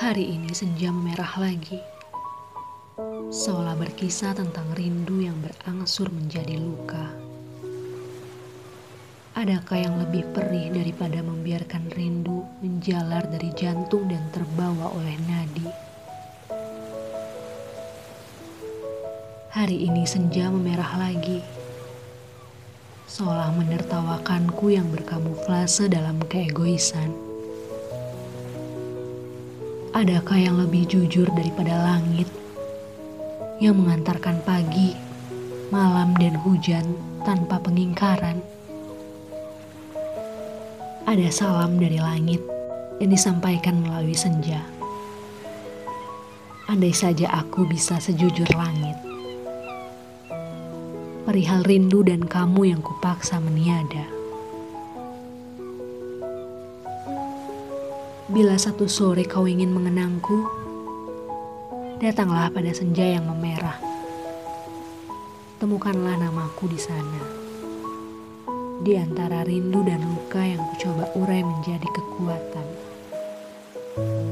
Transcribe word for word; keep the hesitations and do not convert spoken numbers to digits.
Hari ini senja memerah lagi, seolah berkisah tentang rindu yang berangsur menjadi luka. Adakah yang lebih perih daripada membiarkan rindu menjalar dari jantung dan terbawa oleh nadi? Hari ini senja memerah lagi, seolah menertawakanku yang berkamuflase dalam keegoisan. Adakah yang lebih jujur daripada langit yang mengantarkan pagi, malam, dan hujan tanpa pengingkaran? Ada salam dari langit yang disampaikan melalui senja. Andai saja aku bisa sejujur langit, perihal rindu dan kamu yang kupaksa meniada. Bila satu sore kau ingin mengenangku, datanglah pada senja yang memerah. Temukanlah namaku di sana, di antara rindu dan luka yang kucoba urai menjadi kekuatan.